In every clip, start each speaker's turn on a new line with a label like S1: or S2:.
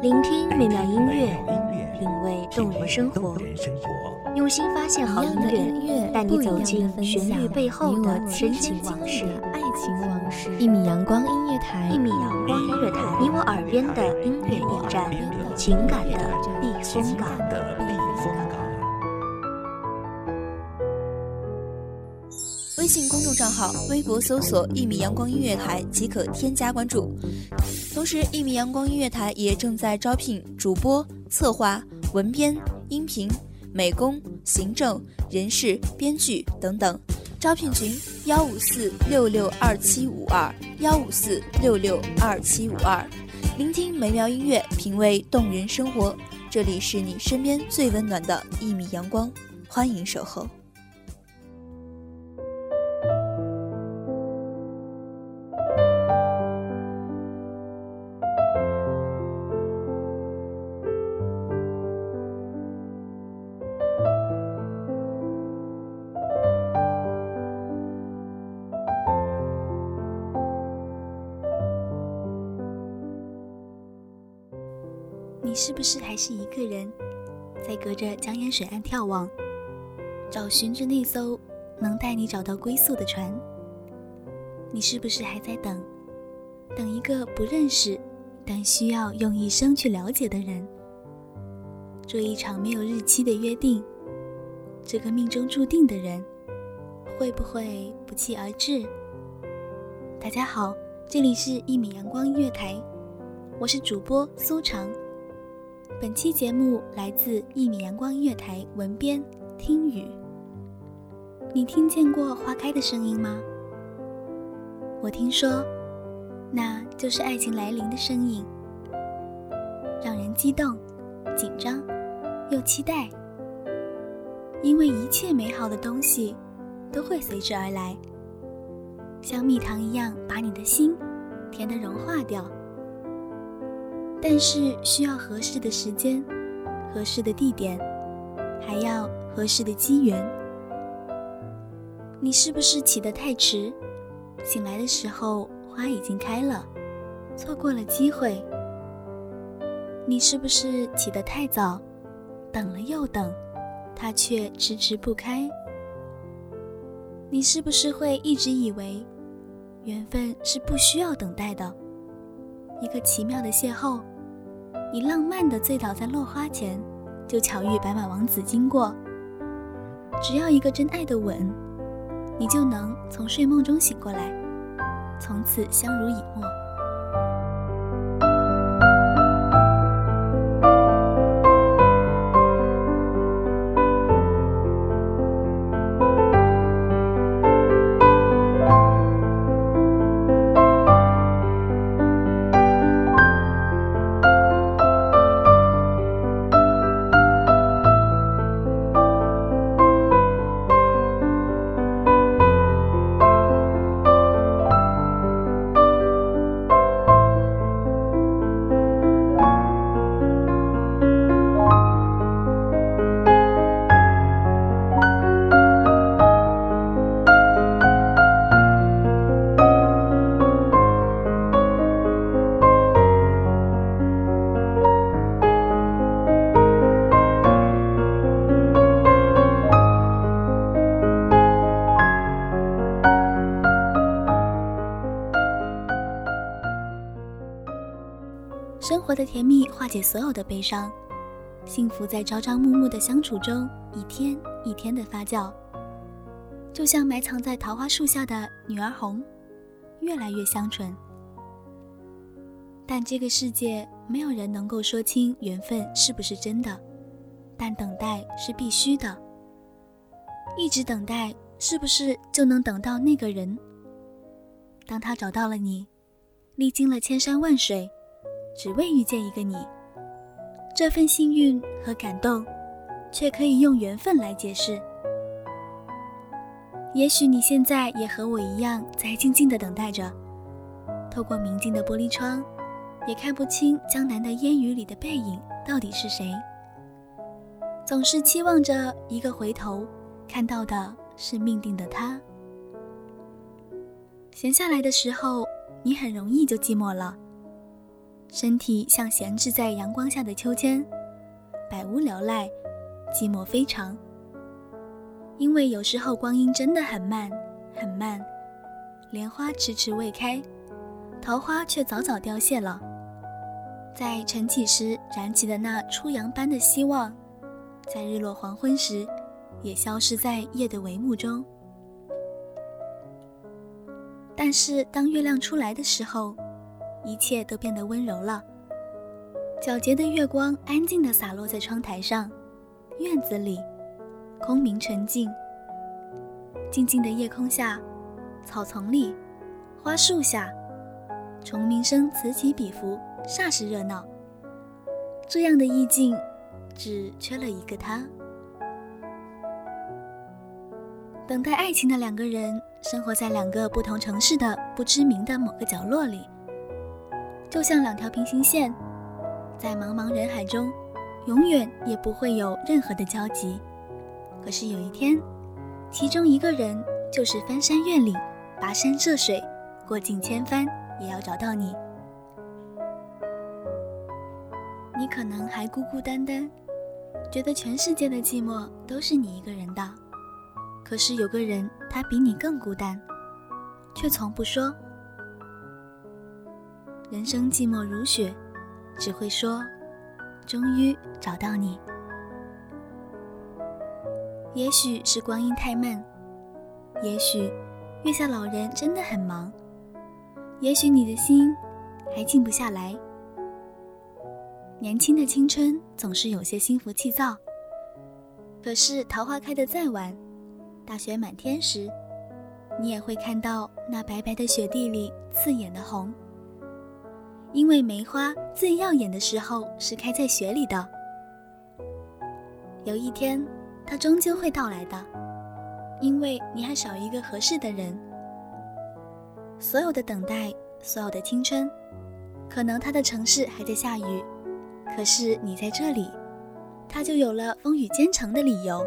S1: 聆听美妙音乐，品味动人生活，用心发现好音乐，带你走进旋律背后的深情往事。
S2: 爱情往事。一米阳光音乐台，
S1: 一米阳光音乐台，你我耳边的音乐驿站，情感的避风港。
S3: 微信公众账号、微博搜索“一米阳光音乐台”即可添加关注。同时，一米阳光音乐台也正在招聘主播、策划、文编、音频、美工、行政、人事、编剧等等。招聘群154662752，154662752。聆听美妙音乐，品味动人生活。这里是你身边最温暖的一米阳光，欢迎守候。
S1: 你是不是还是一个人，在隔着江烟水岸眺望，找寻着那艘能带你找到归宿的船？你是不是还在等一个不认识但需要用一生去了解的人？这一场没有日期的约定，这个命中注定的人，会不会不期而至？大家好，这里是一米阳光音乐台，我是主播苏长。本期节目来自一米阳光音乐台文编听雨。你听见过花开的声音吗？我听说，那就是爱情来临的声音，让人激动、紧张又期待。因为一切美好的东西都会随之而来，像蜜糖一样把你的心甜得融化掉。但是需要合适的时间、合适的地点，还要合适的机缘。你是不是起得太迟，醒来的时候花已经开了，错过了机会？你是不是起得太早，等了又等，它却迟迟不开？你是不是会一直以为缘分是不需要等待的？一个奇妙的邂逅，你浪漫地醉倒在落花前，就巧遇白马王子经过。只要一个真爱的吻，你就能从睡梦中醒过来，从此相濡以沫。生活的甜蜜化解所有的悲伤，幸福在朝朝暮暮的相处中一天一天的发酵，就像埋藏在桃花树下的女儿红，越来越香醇。但这个世界没有人能够说清缘分是不是真的，但等待是必须的。一直等待，是不是就能等到那个人？当他找到了你，历经了千山万水，只为遇见一个你，这份幸运和感动，却可以用缘分来解释。也许你现在也和我一样，在静静地等待着，透过明净的玻璃窗，也看不清江南的烟雨里的背影到底是谁。总是期望着一个回头，看到的是命定的他。闲下来的时候，你很容易就寂寞了。 身体像闲置在阳光下的秋千，百无聊赖，寂寞非常。因为有时候光阴真的很慢很慢，莲花迟迟未开，桃花却早早凋谢了。在晨起时燃起的那初阳般的希望，在日落黄昏时也消失在夜的帷幕中。但是当月亮出来的时候，一切都变得温柔了。皎洁的月光安静地洒落在窗台上，院子里空明纯净。静静的夜空下，草丛里，花树下，虫鸣声此起彼伏，煞是热闹。这样的意境，只缺了一个他。等待爱情的两个人，生活在两个不同城市的不知名的某个角落里，就像两条平行线，在茫茫人海中，永远也不会有任何的交集。可是有一天，其中一个人就是翻山越岭，跋山涉水，过尽千帆，也要找到你。你可能还孤孤单单，觉得全世界的寂寞都是你一个人的。可是有个人，他比你更孤单，却从不说。人生寂寞如雪，只会说终于找到你。也许是光阴太慢，也许月下老人真的很忙，也许你的心还静不下来。年轻的青春总是有些心浮气躁，可是桃花开得再晚，大雪满天时，你也会看到那白白的雪地里刺眼的红。因为梅花最耀眼的时候是开在雪里的。有一天，它终究会到来的，因为你还少一个合适的人。所有的等待，所有的青春，可能他的城市还在下雨，可是你在这里，他就有了风雨兼程的理由。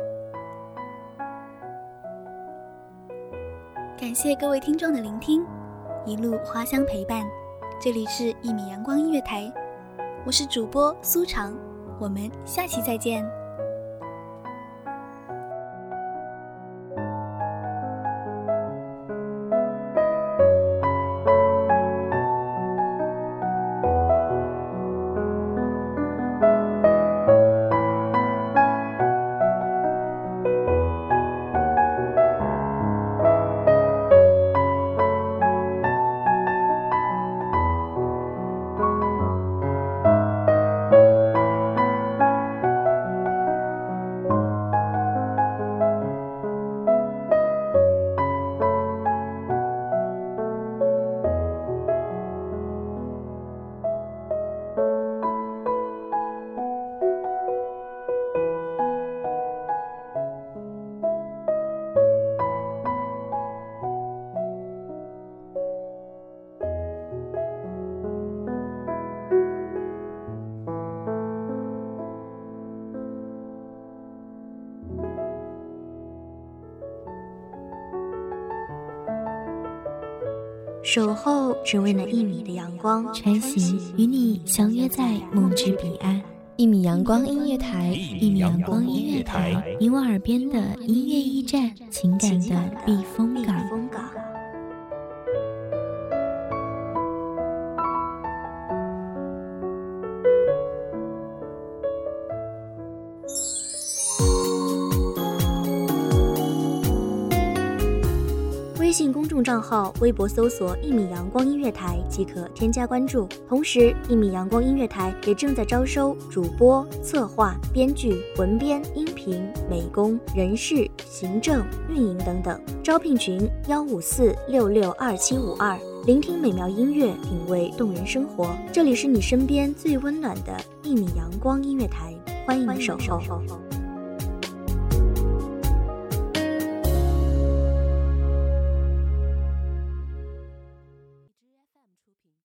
S1: 感谢各位听众的聆听，一路花香陪伴。这里是1米阳光音乐台，我是主播苏长，我们下期再见。
S4: 守候只为那1米的阳光，
S2: 穿行与你相约在梦之彼岸。1米阳光音乐台，1米阳光音乐台，你我耳边的音乐驿站，情感的避风港。
S4: 微信公众账号、微博搜索1米阳光音乐台即可添加关注。同时，1米阳光音乐台也正在招收主播、策划、编剧、文编、音频、美工、人事、行政、运营等等。招聘群154662752。聆听美妙音乐，品味动人生活。这里是你身边最温暖的1米阳光音乐台，欢迎守候。